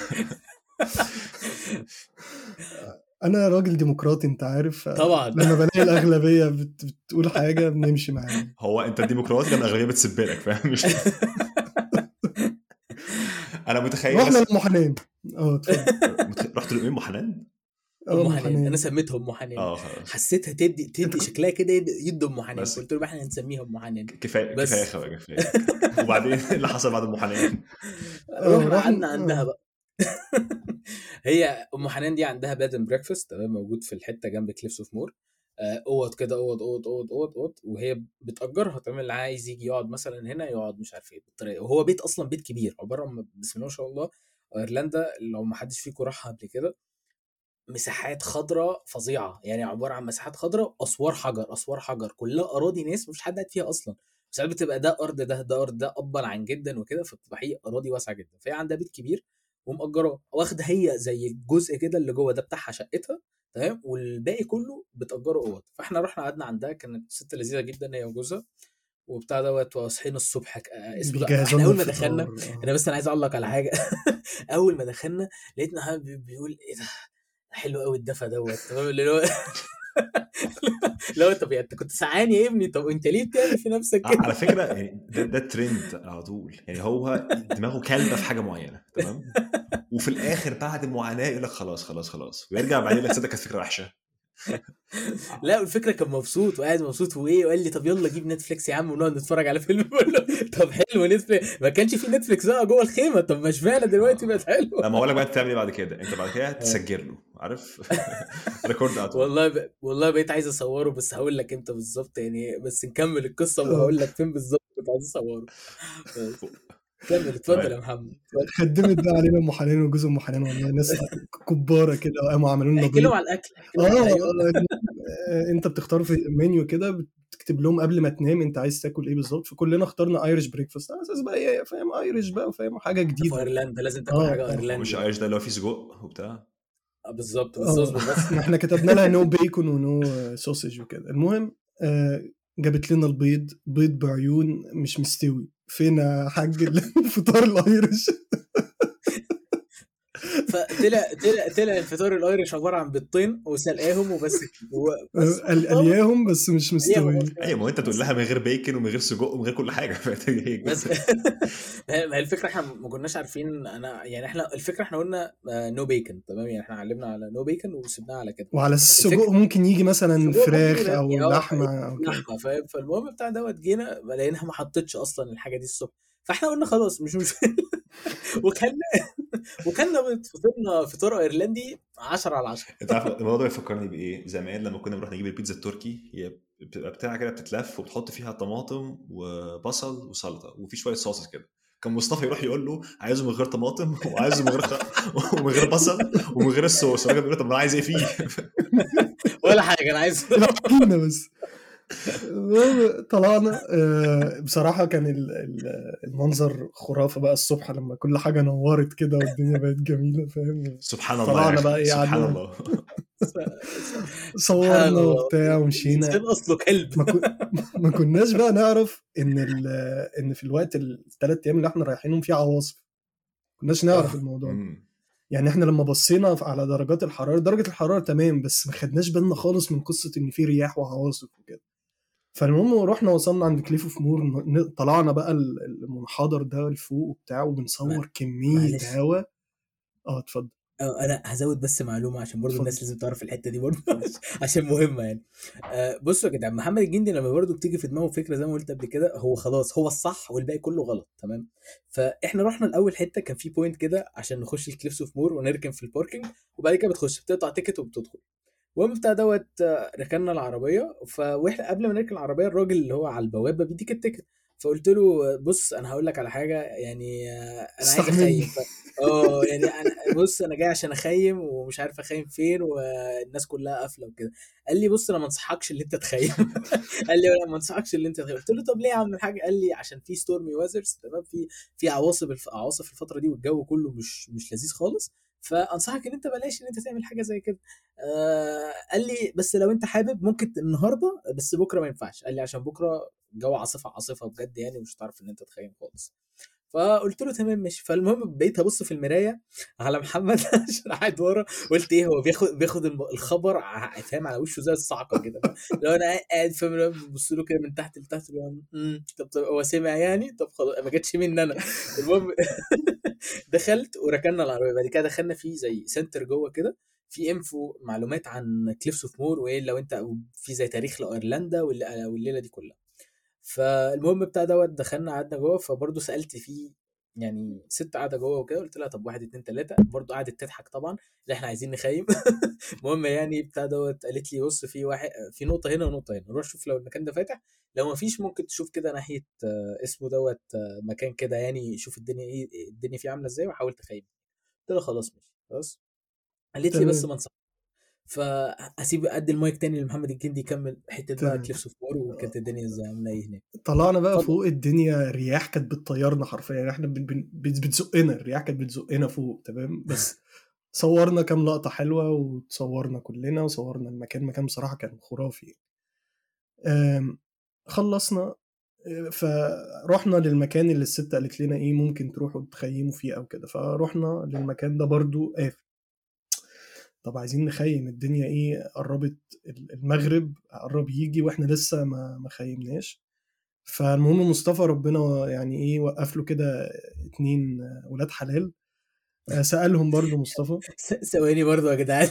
انا راجل ديمقراطي انت عارف، طبعا. لما بلاقي الاغلبيه بتقول حاجه بنمشي معاها. هو انت الديمقراطي لما الاغلبيه بتسب لك، فاهم؟ مش انا متخيل رحنا بس. لام حنان. اتفضل. رحت لام حنان. ام ام حنان، انا حنان. سميتها ام حنان، اه خلاص. حسيتها تدي شكلها كده يدي ام حنان، بس فقلت له احنا هنسميها ام حنان كفايه كفايه بس. خواجه كفايه. وبعدين إيه اللي حصل بعد ام حنان؟ رحنا رحنا قعدنا عندها بقى. هي ام حنان دي عندها باد اند بريكفاست، تمام، موجود في الحته جنب كليفس اوف مور. اوض كده، اوض، وهي بتأجرها، تمام، اللي عايز يجي يقعد مثلا هنا يقعد، مش عارف ايه بالطريقه. وهو بيت اصلا بيت كبير، عباره عن بسم الله ما شاء الله. ايرلندا لو ما حدش فيكم راحها قبل كده، مساحات خضراء فظيعه، يعني عباره عن مساحات خضراء، اسوار حجر، اسوار حجر، كلها اراضي ناس مفيش حد قاعد فيها اصلا. ساعات بتبقى ده ارض، ده ارض، ده ابا عن جدا وكده، فبتبقى هي اراضي واسعه جدا. فهي عندها بيت كبير ومأجراه، واخده هي زي الجزء كده اللي جوه ده بتاعها شقتها، تمام، والباقي كله بتأجره اوض. فاحنا رحنا قعدنا عندها، كانت ست لذيذه جدا هي وجوزها وبتاع دوت. وصحينا الصبح اسمه ده، بيجهزوا احنا لنا اول ما دخلنا، الفطار. بس انا عايز اقول لك على حاجه. اول ما دخلنا لقيتنا بيقول ايه ده، حلو قوي الدفا دوت، تمام، اللي هو لو طب يعني انت كنت سعان يا ابني، طب انت ليه بتعمل في نفسك على كده؟ فكره يعني ده ترند على طول، يعني هو دماغه كلبه في حاجه معينه تمام، وفي الاخر بعد المعاناه يقول لك خلاص خلاص خلاص، ويرجع بعدين يقول لك صدق كانت فكره وحشه. لا الفكره كان مبسوط وقاعد مبسوط وايه، وقال لي طب يلا جيب نتفليكس يا عم ونقعد نتفرج على فيلم. بقول له طب حلو نتفليكس، ما كانش في نتفليكس بقى جوه الخيمه، طب ما اشمعنى دلوقتي بقت حلوه؟ لما اقول لك بقى تعمل ايه بعد كده، انت بعد كده تسجل له، عارف؟ ريكورد اتول. والله بقيت عايز اصوره، بس هقول لك امتى بالظبط يعني، بس نكمل القصه آه. وهقول لك فين بالظبط كنت عايز اصوره. بس كمل، اتفضل يا تمام. محمد اتفضل. خدمت بقى علينا ام حنان وجوز ام حنان، والله ناس كباره كده، وقاموا عملوا لنا احكي بيض. لهم على الاكل، احكي لهم على ايوه. انت بتختار في المنيو كده، بتكتب لهم قبل ما تنام انت عايز تاكل ايه بالظبط، فكلنا اخترنا ايرش بريكفاست على اساس بقى ايه، فاهم، ايرش بقى، فاهم، حاجه انت في جديده. ايرلندا لازم تاكل اه حاجه اه ومش ايرلندي بقى. عايش ده اللي هو فيه سجق وبتاع. بالظبط بس اه. اصبر بس. ما احنا كتبنا لها نو بيكون ونو سوسج وكده. المهم جابت لنا البيض، بيض بعيون مش مستوي. فين يا حاج الفطار الايرش؟ فطلع الفطار الايرش عباره عن بيضتين وسلقاهم وبس بس خلصانه. الياهم بس مش ليهم مستويين. ايوه، ما هو انت تقول بس لها من غير بيكن ومن غير سجق ومن غير كل حاجه. بس ما هي الفكره احنا ما كناش عارفين، انا يعني احنا الفكره احنا قلنا نو بيكن، تمام، يعني احنا علمنا على نو بيكن وسبناها على كده. وعلى السجق الفكره ممكن يجي مثلا السجق ممكن فراخ يبقى او لحمه او كده. لحمه، فاهم؟ فالمهم بتاع دوت جينا لقيناها ما حطتش اصلا الحاجه دي الصبح، فاحنا قلنا خلاص مش مشكله. وكلنا فطرنا فطار ايرلندي 10 على 10. انت عارف الموضوع ده بيفكرني بايه؟ زمان لما كنا بنروح نجيب البيتزا التركي، هي بتبقى بتاع كده بتتلف وبتحط فيها طماطم وبصل وسلطه وفي شويه صوص كده. كان مصطفى يروح يقول له عايزه من غير طماطم وعايزه من غير ومن غير بصل ومن غير الصوص. الراجل بيقول له طب انا عايز ايه فيه؟ ولا حاجه انا عايز. احكينا بس. طلعنا بصراحة كان المنظر خرافة بقى الصبح لما كل حاجة نورت كده والدنيا بقت جميلة، فاهم. سبحان الله يا طلعنا بقى اخي، ايه، سبحان قعدنا الله. سبحان صورنا الله، وبتاع ومشينا. الانسان اصله كلب. ما كناش بقى نعرف ان في الوقت الثلاث ايام اللي احنا رايحينهم في عواصف. كناش نعرف الموضوع ده. يعني احنا لما بصينا على درجات الحرارة، درجة الحرارة تمام، بس ما خدناش بالنا خالص من قصة ان في رياح وعواصف وكده. فالمهم رحنا وصلنا عند كليف اوف مور، طلعنا بقى المنحدر ده لفوق وبتاع، وبنصور كمية معلش هوا. اتفضل. انا هزود بس معلومه عشان برضو الناس اتفضل. لازم تعرف الحته دي برضو عشان مهمه يعني. بصوا يا جدعان، محمد الجندي لما برضو بتيجي في دماغه فكره زي ما قلت قبل كده، هو خلاص هو الصح والباقي كله غلط، تمام. فاحنا رحنا الاول حته كان في بوينت كده عشان نخش الكليفس اوف مور ونركن في الباركينج، وبعد كده بتخش بتقطع تيكت وبتدخل. المهم بتاع دوت ركننا العربيه، واحنا قبل ما نركن العربيه الراجل اللي هو على البوابه بيديك التيكت. فقلت له بص انا هقول لك على حاجه يعني، انا عايز استحملني. اخيم يعني انا بص انا جاي عشان اخيم ومش عارف اخيم فين والناس كلها قافله وكده. قال لي بص انا ما انصحكش اللي انت تخيم قال لي لا ما انصحكش اللي انت تخيم. قلت له طب ليه يا عم الحاج؟ قال لي عشان في ستورمي ويذرز، تمام، في عواصف الفتره دي والجو كله مش لذيذ خالص، فانصحك ان انت بلاش ان انت تعمل حاجه زي كده. قال لي بس لو انت حابب ممكن النهارده، بس بكره ما ينفعش. قال لي عشان بكره الجو عاصفه بجد يعني، ومش هتعرف ان انت تخيم خالص. فقلت له تمام ماشي. فالمهم بقيت ابص في المرايه على محمد عشان قاعد ورا، قلت ايه هو بياخد الخبر فاهم على وشه زي الصعقه كده، لو انا قاعد فاهم ببص له كده من تحت لتحت، طب هو سمع يعني، طب خلاص ما جاتش مني انا. المهم دخلت وركننا العربيه. بعد كده دخلنا في زي سنتر جوه كده، في انفو معلومات عن كليفس اوف مور، وايه لو انت في زي تاريخ لايرلندا والليله دي كلها. فالمهم بتاع دوت دخلنا قعدنا جوه، فبرضه سالت فيه يعني ست قاعده جوه وكده، قلت لها طب واحد اتنين تلاته، برضه قعدت تضحك طبعا اللي احنا عايزين نخيم المهم يعني بتاع دوت قالت لي بص في واحد في نقطه هنا ونقطه هنا، روح شوف لو المكان ده فاتح، لو ما فيش ممكن تشوف كده ناحيه اسمه دوت مكان كده يعني، شوف الدنيا ايه الدنيا فيه عامله ازاي وحاول تخيم. قلت لها خلاص ماشي خلاص. قالت لي بس تمام. ما انصح. فهسيب ادي المايك تاني لمحمد الجندي يكمل حته بقى تمام. كليفس اوف وور، وكانت الدنيا ازاي عامله ايه هناك. طلعنا بقى اتفضل. فوق، الدنيا رياح كانت بتطيرنا حرفيا يعني، احنا بتزقنا، الرياح كانت بتزقنا فوق، تمام. بس صورنا كام لقطة حلوة، وتصورنا كلنا، وصورنا المكان بصراحة كان خرافي. خلصنا. فرحنا للمكان اللي الست قالت لنا ايه ممكن تروحوا تخيموا فيه او كده، فروحنا للمكان ده برضو قافل. طب عايزين نخيم، الدنيا ايه قربت، المغرب قرب يجي واحنا لسه ما خيمناش. فالمهم مصطفى ربنا يعني ايه وقف له كده 2 ولاد حلال. سألهم برضو مصطفى. ثواني برضو يا جدعان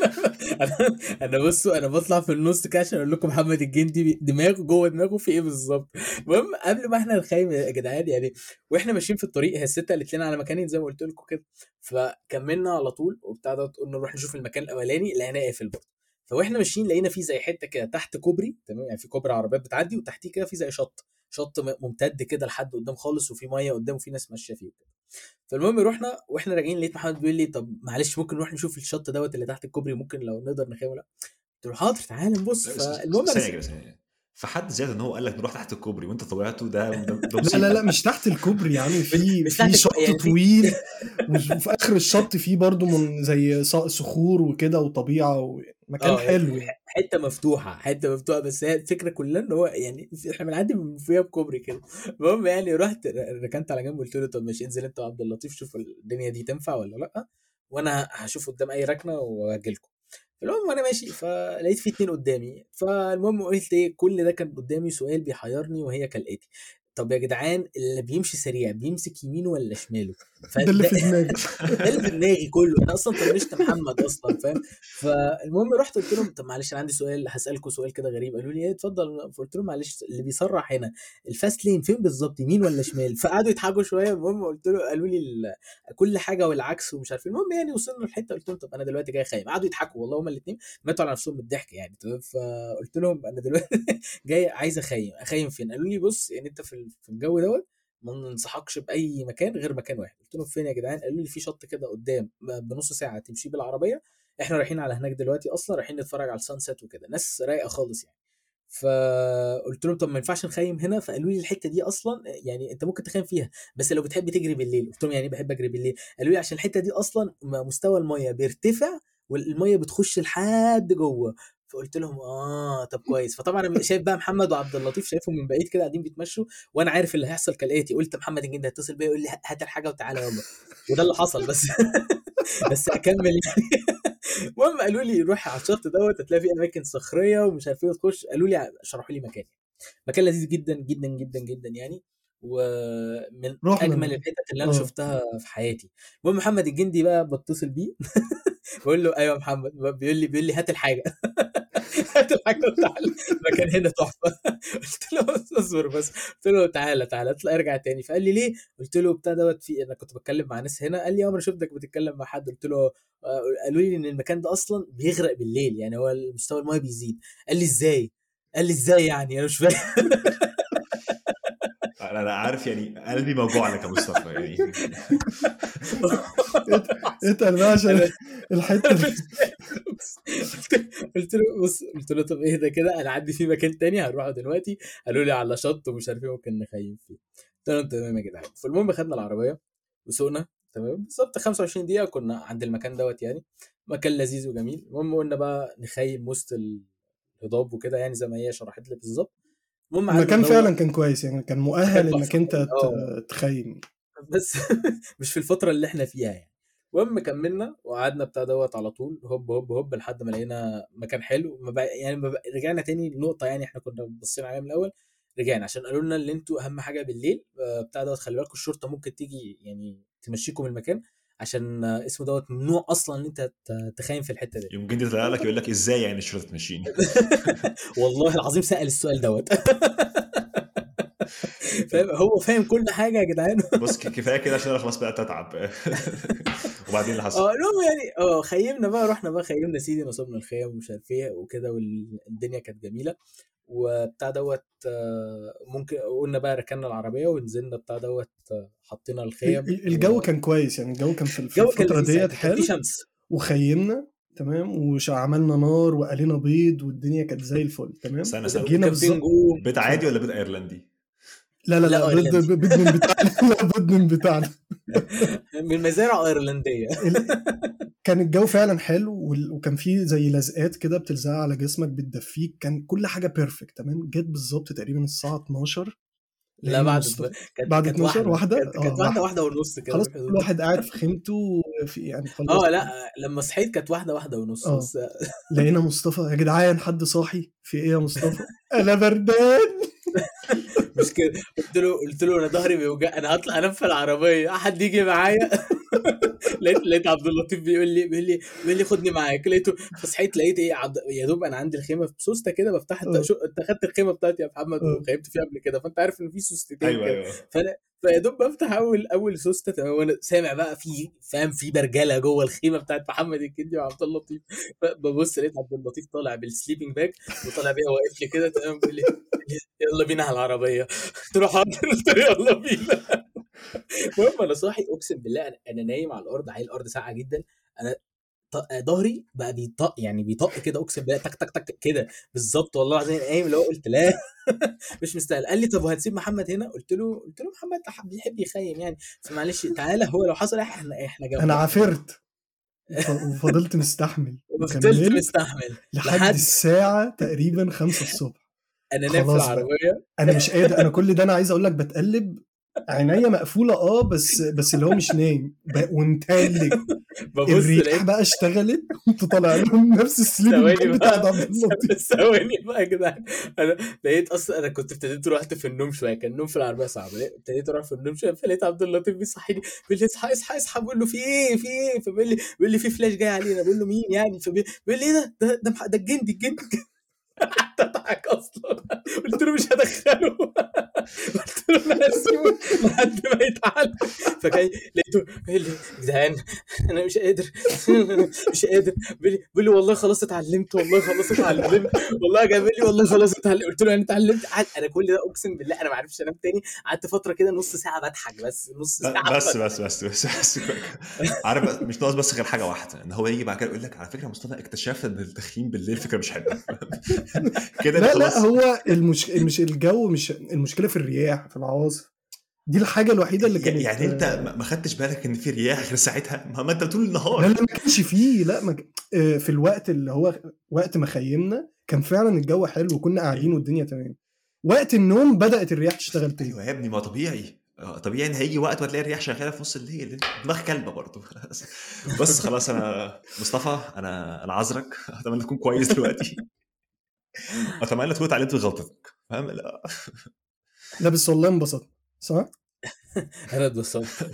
انا بصوا انا بطلع في النص كده عشان اقول لكم محمد الجندي دماغه جوه دماغه في ايه بالظبط. المهم قبل ما احنا نخيم يا جدعان يعني، واحنا ماشيين في الطريق هي الست قالت لنا على مكانين زي ما قلت لكم كده، فكملنا على طول وبتاع ده، قلنا نروح نشوف المكان الاولاني لقيناه قافل برضه. فاحنا ماشيين لقينا في زي حته كده تحت كوبري، تمام، يعني في كوبري عربيات بتعدي وتحتيه كده في زي شط ممتد كده لحد قدام خالص، وفي ميه قدام وفي ناس ماشيه فيه وكده. فالمهم رحنا واحنا راجعين لقيت محمد بيقول لي طب معلش ممكن نروح نشوف الشط دوت اللي تحت الكوبري، ممكن لو نقدر نخيم ولا. قلت له حاضر تعالى نبص. فالمهم انا ثانيه كده ثانيه، فحد زياد ان هو قال لك نروح تحت الكوبري وانت طلعته، ده لا لا لا، مصيبه. مش تحت الكوبري يا عم، مش في مش تحت شط يعني في طويل، وفي اخر الشط في برضو من زي صخور وكده وطبيعة، ومكان يعني حلو يعني. حته مفتوحه بس هي الفكره كلها ان هو يعني احنا بنعدي من فيها بكوبري كده. المهم يعني رحت ركنت على جنب قلت له طب ماشي انزل انت وعبد اللطيف شوف الدنيا دي تنفع ولا لا، وانا هشوف قدام اي ركنه واجي لكم. المهم وانا ماشي فلقيت في اتنين قدامي، فالمهم قلت ايه كل ده كان قدامي سؤال بيحيرني وهي كالاتي: طب يا جدعان اللي بيمشي سريع بيمسك يمينه ولا شماله؟ ده اللي فده في دماغي. ده اللي في دماغي كله، احنا اصلا طنشت محمد اصلا فاهم. فالمهم رحت قلت لهم طب معلش انا عندي سؤال هسالكم سؤال كده غريب. قالوا لي ايه اتفضل. فقلت لهم معلش اللي بيصرح هنا الفاست لين فين بالظبط، يمين ولا شمال؟ فقعدوا يضحكوا شويه. المهم قلت له قالوا لي كل حاجه والعكس ومش عارف إيه. المهم يعني وصلنا لحته قلت لهم طب انا دلوقتي جاي خايم. قعدوا يضحكوا والله هما الاثنين ماتوا على نفسهم من الضحك يعني، تمام. فقلت لهم انا دلوقتي جاي عايز اخيم فين؟ قالوا لي بص يعني انت في الجو دوت ما ننصحكش باي مكان غير مكان واحد. قلت لهم فين يا جدعان؟ قالوا لي في شط كده قدام بنص ساعه تمشي بالعربيه، احنا رايحين على هناك دلوقتي اصلا رايحين نتفرج على السانسيت وكده، ناس رايقه خالص يعني. فقلت لهم طب ما ينفعش نخيم هنا؟ فقالوا لي الحته دي اصلا يعني انت ممكن تخيم فيها بس لو بتحب تجري بالليل. قلت لهم يعني بحب اجري بالليل؟ قالوا لي عشان الحته دي اصلا مستوى الميه بيرتفع والميه بتخش لحد جوه. فقلت لهم طب كويس. فطبعا انا شايف بقى محمد وعبد اللطيف شايفهم من بعيد كده قاعدين بيتمشوا، وانا عارف اللي هيحصل كالاتي. قلت محمد الجندي هيتصل بيا يقول لي هات الحاجه وتعالى يلا، وده اللي حصل بس بس اكمل يعني. المهم قالوا لي روح على الشط دوت هتلاقي فيه اماكن صخريه ومش عارف ايه وتخش. قالوا لي شرحوا لي مكان. مكان لذيذ جدا جدا جدا جدا يعني، ومن رحنا اجمل المكان. الحتت اللي انا اه شفتها في حياتي. المهم محمد الجندي بقى بتصل بيه بقول له ايوه يا محمد، بيقول لي هات الحاجه هات الحاجه وتعالى، المكان هنا تحفه. قلت له اصبر بس، قلت له تعالى اطلع ارجع تاني. فقال لي ليه؟ قلت له بتاع دوت، في انا كنت بتكلم مع ناس هنا. قال لي انا شفتك بتتكلم مع حد. قلت له قالوا لي ان المكان ده اصلا بيغرق بالليل، يعني هو مستوى الماء بيزيد. قال لي ازاي؟ قال لي ازاي يعني، انا مش فاهم. انا عارف يعني قلبي موجوع لك يا مصطفى يعني. اتقل بقى عشان انا الحته انا دي. مش فاهم. قلت له بص، قلت له طب اهدى كده، انا عندي في مكان تاني هنروحه دلوقتي. قالوا لي على شط ومش عارف ايه ممكن نخيم فيه. قلت لهم تمام يا جدعان. فالمهم خدنا العربيه وسوقنا، تمام بالظبط 25 دقيقه كنا عند المكان دوت يعني. مكان لذيذ وجميل. المهم قلنا بقى نخيم وسط الهضاب وكده، يعني زي ما هي شرحت لي بالظبط. المهم قعدنا المكان ندور. فعلا كان كويس يعني، كان كان مؤهل انك تحفه انت اه، تخيم. بس مش في الفترة اللي احنا فيها يعني. المهم كملنا وقعدنا بتاع دوت على طول، هوب هوب هوب لحد ما لقينا مكان حلو. ما بقى يعني رجعنا تاني لنقطة يعني احنا كنا باصين عليها من الأول. رجعنا عشان قالوا لنا اللي انتوا أهم حاجة بالليل بتاع دوت، خلي بالكم الشرطة ممكن تيجي يعني تمشيكم من المكان، عشان اسمه دوت ممنوع أصلا إن أنت تخيم في الحتة دي. يوم جدي طلع لك يقول لك ازاي يعني الشرطه تمشيني؟ والله العظيم سأل السؤال دوت. فاهم، هو فاهم كل حاجة يا جدعان. بص كفايه كده عشان انا خلاص بقيت اتعب. وبعدين اللي حصل؟ المهم يعني خيمنا بقى، رحنا بقى خيمنا سيدي، نصبنا الخيم ومش عارف ايه وكده، والدنيا كانت جميله وبتاع دوت. ممكن قلنا بقى ركننا العربيه ونزلنا بتاع دوت، حطينا الخيم الجو كان كويس يعني، الجو كان في والجو كان الفتره لذيذ ديت ساعتها، كان في حلو. شمس. وخيمنا تمام، وعملنا نار وقلينا بيض والدنيا كانت زي الفل تمام. استنى جينا وكان في بالظبط. نجوم. بيت عادي ولا بيت ايرلندي؟ لا لا لا، لا بيض ايرلندي. بيض من بتاعنا. لا بيض من بتاعنا. من مزارع ايرلنديه. كان الجو فعلا حلو، وكان فيه زي لزقات كده بتلزقها على جسمك بتدفيك، كان كل حاجه بيرفكت تمام. جيت بالظبط تقريبا الساعه 12 لا لقينا بعد، مصطفى. كانت بعد كانت 12 واحده، واحده كانت واحده، واحد. واحده ونص كده خلاص في كل الحدود دي. واحد قاعد في خيمته في يعني خلاص. لا لما صحيت كانت واحده، واحده ونص اه بس. لقينا مصطفى. يا جدعان حد صاحي في ايه يا مصطفى؟ انا بردان. مش كده، قلت له انا ظهري بيوجع، انا هطلع انام في العربيه، حد يجي معايا. لقيت عبد اللطيف بيقول لي خدني معاك. لقيته فصحيت لقيت ايه يا دوب انا عندي الخيمه في سوسته كده بفتحها. اه انت خدت الخيمه بتاعتي يا محمد اه وخيمت فيها قبل كده، فانت عارف ان في سوستتين ايوه كده. ايوه. فانا فيا دوب بفتح اول سوسته تمام، وانا سامع بقى في فاهم في برجله جوه الخيمه بتاعت محمد الكندي وعبد اللطيف. ببص لقيت عبد اللطيف طالع بالسليبنج باج وطالع بيها واقف لي كده تمام، بيقول لي يلا بينا على العربيه. قلت له حاضر، قلت له يلا بينا. المهم انا صاحي اقسم بالله، انا نايم على الارض، على الارض ساقعه جدا. انا ظهري بقى بيطق، يعني بيطق كده اقسم بالله، تك تك تك كده بالظبط. والله العظيم قايم اللي هو قلت لا. مش مستاهل. قال لي طب وهتسيب محمد هنا؟ قلت له محمد بيحب يخيم يعني، فمعلش تعالى، هو لو حصل احنا انا جنبك تمام. عافرت وفضلت مستحمل وفضلت وكملت مستحمل لحد لحد الساعة تقريبا 5 الصبح. انا نام في خلاص بقى العربيه. انا مش قادر. انا كل ده انا عايز اقول لك بتقلب، عينيا مقفولة بس اللي هو مش نايم ومتهلج. ببص الرياح لقيت، بقى اشتغلت وطلع لهم نفس السليبنج ثواني باد بتاع بقى، عبد اللطيف. ثواني بقى يا جدعان. انا لقيت اصلا، انا كنت ابتديت رحت في النوم شويه، كان النوم في العربيه صعب. ابتديت اروح في النوم شويه، فلقيت عبد اللطيف بيصحيني بيقول لي اصحى اصحى اصحى. بقول له في ايه في ايه؟ بيقول لي في فلاش جاي علينا. بقول له مين يعني؟ فبيقول لي ايه ده الجندي. تضحك اصلا. قلت له مش هدخله. قلت له انا هسيبه لحد ما يتعلم. فجاي لقيته بيقول لي يا جدعان انا مش قادر. مش قادر. بيقول لي والله خلاص اتعلمت، والله خلاص اتعلمت، والله جايب لي والله خلاص اتعلمت. قلت له يعني اتعلمت؟ انا كل ده اقسم بالله انا ما عرفتش انام تاني. قعدت فتره كده نص ساعه بضحك، بس نص ساعه بس بضحك. بس بس بس, بس. عارف مش ناقص بس غير حاجه واحده، ان هو يجي بعد كده يقول لك على فكره مصطفى اكتشفت ان التخييم بالليل فكره مش حلوه. كده انت لا خلاص. هو مش الجو، مش المشكلة في الرياح في العواصف. دي الحاجة الوحيدة اللي كانت يعني انت ما خدتش بالك ان في رياح غير ساعتها؟ ما انت طول لا النهار. لا ما كانش فيه. لا ما في الوقت اللي هو وقت ما خيمنا كان فعلا الجو حلو وكنا قاعدين ايوه والدنيا تمام. وقت النوم بدأت الرياح تشتغل تاني. ايوه يا ابني، ما طبيعي. طبيعي ان هيجي وقت وتلاقي الرياح شغاله في نص الليل. دماغ كلبه برضه. بس خلاص انا مصطفى، انا عذرك. اتمنى تكون كويس دلوقتي. اتمنى تكون اتعلمت من غلطتك. فاهم؟ لا لا بس والله انبسط صح. انا اتبسطت.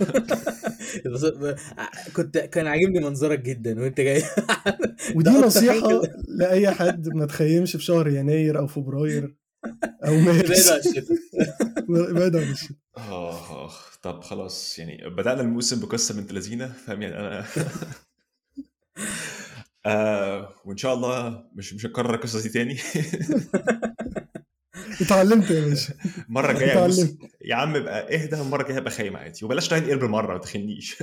كان عاجبني منظرك جدا وانت جاي. ودي ده اكتر حاجه نصيحة لأي حد ما تخيمش في شهر يناير أو فبراير أو مارس. بعيد عن الشتاء. بعيد عن الشتاء. طب خلاص يعني بدأنا الموسم بقصة بنت لذينة، فاهم يعني أنا وإن شاء الله مش هكرر القصة دي تاني. اتعلمت يا باشا. المرة الجاية اتعلمت. يا عم بقى اهدى، المرة الجاية هبقى خايم عادي، وبلاش تاين اير بالمرة، ما تخنيش.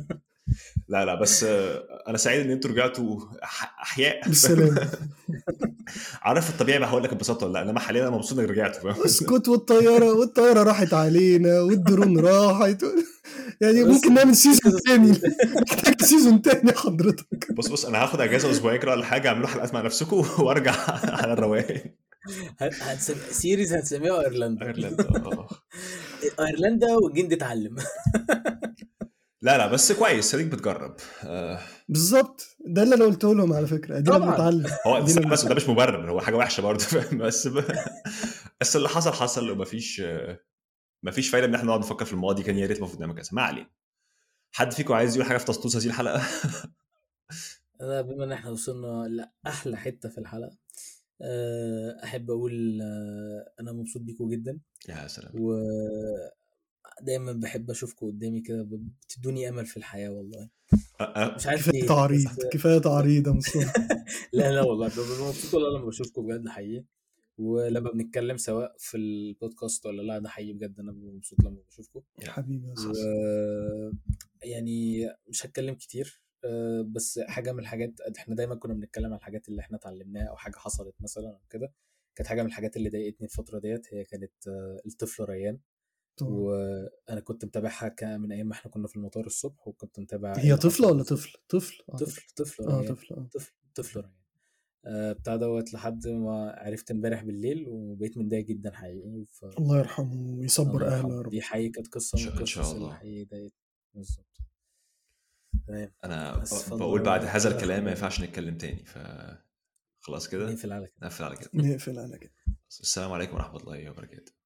لا بس انا سعيد ان انتوا رجعتوا احياء. بالسلامة. عارف الطبيعي بقى هقول لك اتبسطت ولا لا، انما حاليا انا مبسوط انك رجعتوا، فاهم؟ اسكت. والطيارة راحت علينا والدرون راحت. يعني بس ممكن نعمل سيزون قصص تاني. كتير. محتاج سيزون تاني حضرتك. بص انا هاخد اجازه اسبوعين كده ولا حاجه، اعملوا حلقات مع نفسكم وارجع على الروقان. سيريز هتسميها ايرلندا. ايرلندا ايرلندا والجندي اتعلم. لا بس كويس اديك بتجرب. بالظبط ده اللي انا قلته لهم على فكرة. ادينا طبعا. بنتعلم. هو ادينا بس ده مش مبرر، هو حاجه وحشه برضه، فاهم؟ بس اللي حصل ومفيش فايده ان احنا نقعد نفكر في الماضي كان يا ريت المفروض نعمل كذا. ما علينا. حد فيكم عايز يقول حاجه في تسطوس هذه الحلقه؟ انا بما ان احنا وصلنا لاحلى حته في الحلقه، احب اقول انا مبسوط بيكم جدا، يا سلام. ودايما بحب اشوفكم قدامي كده، بتدوني امل في الحياه والله. مش عارف كفاية ليه تعريض. بس. كفاية تعريض يا مصطفى. لا والله ببقى مبسوط والله لما بشوفكم بجد حقيقي، ولما بنتكلم سواء في البودكاست ولا لا، ده حقيقي بجد انا ببقى مبسوط لما بشوفكم. حبيبي يا و صاص. يعني مش هتكلم كتير، بس حاجه من الحاجات احنا دايما كنا بنتكلم عن الحاجات اللي احنا اتعلمناها او حاجه حصلت مثلا او كده. كانت حاجه من الحاجات اللي ضايقتني الفتره ديت هي كانت الطفل ريان. طبعا. وانا كنت متابعها من ايام ما احنا كنا في المطار الصبح، وكنت متابع ايه هي اللي طفلة حصل ولا بالظبط. طفل؟ طفل طفل اعتقد. ريان. طفل. طفل ريان. بتاع دوت لحد ما عرفت امبارح بالليل، وبقيت متضايق جدا حقيقي. الله يرحمه ويصبر الله اهله يا يرحمه. رب. دي حقيقي كانت قصة من ان شاء القصص اللي الله. حقيقي ضايقت. بالظبط. تمام. انا بس بقول بعد هذا الله الكلام ما يرحمه. ينفعش نتكلم تاني، خلاص كده نقفل على كده. نقفل على كده. نقفل على كده. السلام عليكم ورحمه الله وبركاته.